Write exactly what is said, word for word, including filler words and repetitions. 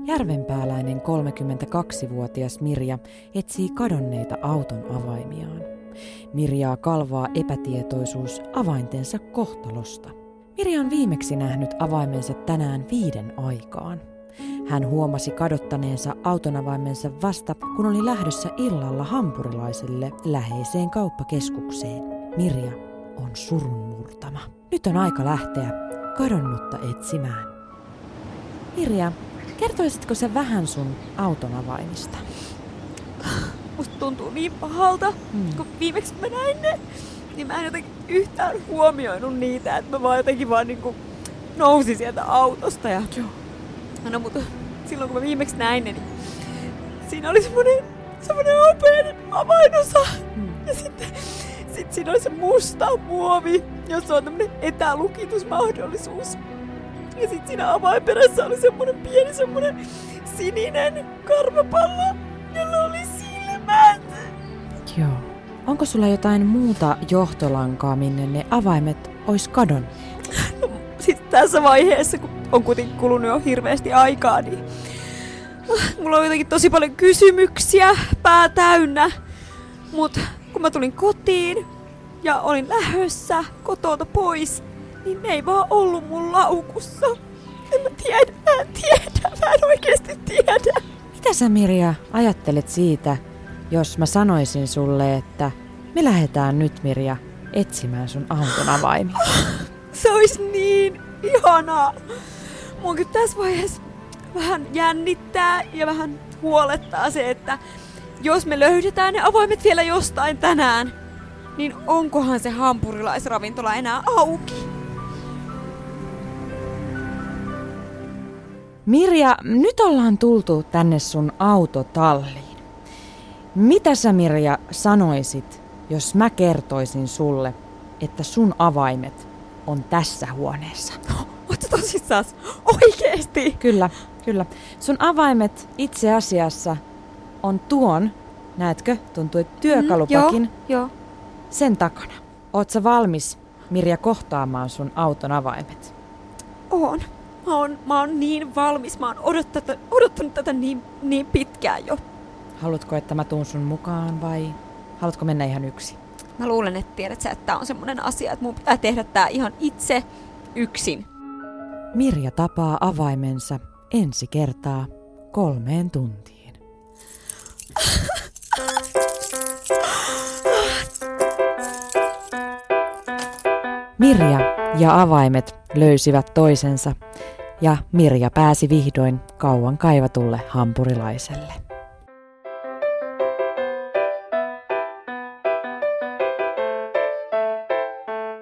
Järvenpääläinen kolmekymmentäkaksivuotias Mirja etsii kadonneita auton avaimiaan. Mirjaa kalvaa epätietoisuus avaintensa kohtalosta. Mirja on viimeksi nähnyt avaimensa tänään viiden aikaan. Hän huomasi kadottaneensa auton avaimensa vasta, kun oli lähdössä illalla hampurilaiselle läheiseen kauppakeskukseen. Mirja on surunmurtama. Nyt on aika lähteä kadonnutta etsimään. Mirja, kertoisitko sä vähän sun auton avaimista? Musta tuntuu niin pahalta, hmm. kun viimeksi mä näin ne, niin mä en jotenkin yhtään huomioinut niitä, että mä vaan jotenkin vaan niinku nousin sieltä autosta. Ja... Joo. No mutta silloin kun mä viimeksi näin ne, niin siinä oli semmonen, semmonen opeinen avainosa. Hmm. Ja sitten sit siinä oli se musta muovi, jossa on tämmönen etälukitusmahdollisuus. Ja sit siinä avainperässä oli semmonen pieni semmonen sininen karvapallo, jolla oli silmät. Joo. Onko sulla jotain muuta johtolankaa, minne ne avaimet ois kadonnut? No, siis tässä vaiheessa, kun on kuitenkin kulunut jo hirveästi aikaa, niin mulla on jotenkin tosi paljon kysymyksiä, pää täynnä. Mut kun mä tulin kotiin ja olin lähdössä kotolta pois, niin ne ei vaan ollut mun laukussa. En mä tiedä, mä en tiedä, mä en oikeesti tiedä. Mitä sä, Mirja, ajattelet siitä, jos mä sanoisin sulle, että me lähdetään nyt, Mirja, etsimään sun auton avaimia? Se olisi niin ihanaa. Munkin tässä vaiheessa vähän jännittää ja vähän huolettaa se, että jos me löydetään ne avaimet vielä jostain tänään, niin onkohan se hampurilaisravintola enää auki? Mirja, nyt ollaan tultu tänne sun autotalliin. Mitä sä, Mirja, sanoisit, jos mä kertoisin sulle, että sun avaimet on tässä huoneessa? Ootko tosissaan? Oikeesti? Kyllä, kyllä. Sun avaimet itse asiassa on tuon, näetkö, tuntuu työkalupakin, mm, joo, joo. sen takana. Oot sä valmis, Mirja, kohtaamaan sun auton avaimet? Oon. Mä oon, mä oon niin valmis. Mä oon odottanut, odottanut tätä niin, niin pitkään jo. Haluatko, että mä tuun sun mukaan vai haluatko mennä ihan yksin? Mä luulen, että tiedät sä, että tää on semmonen asia, että mun pitää tehdä tää ihan itse yksin. Mirja tapaa avaimensa ensi kertaa kolmeen tuntiin. Mirja ja avaimet löysivät toisensa ja Mirja pääsi vihdoin kauan kaivatulle hampurilaiselle.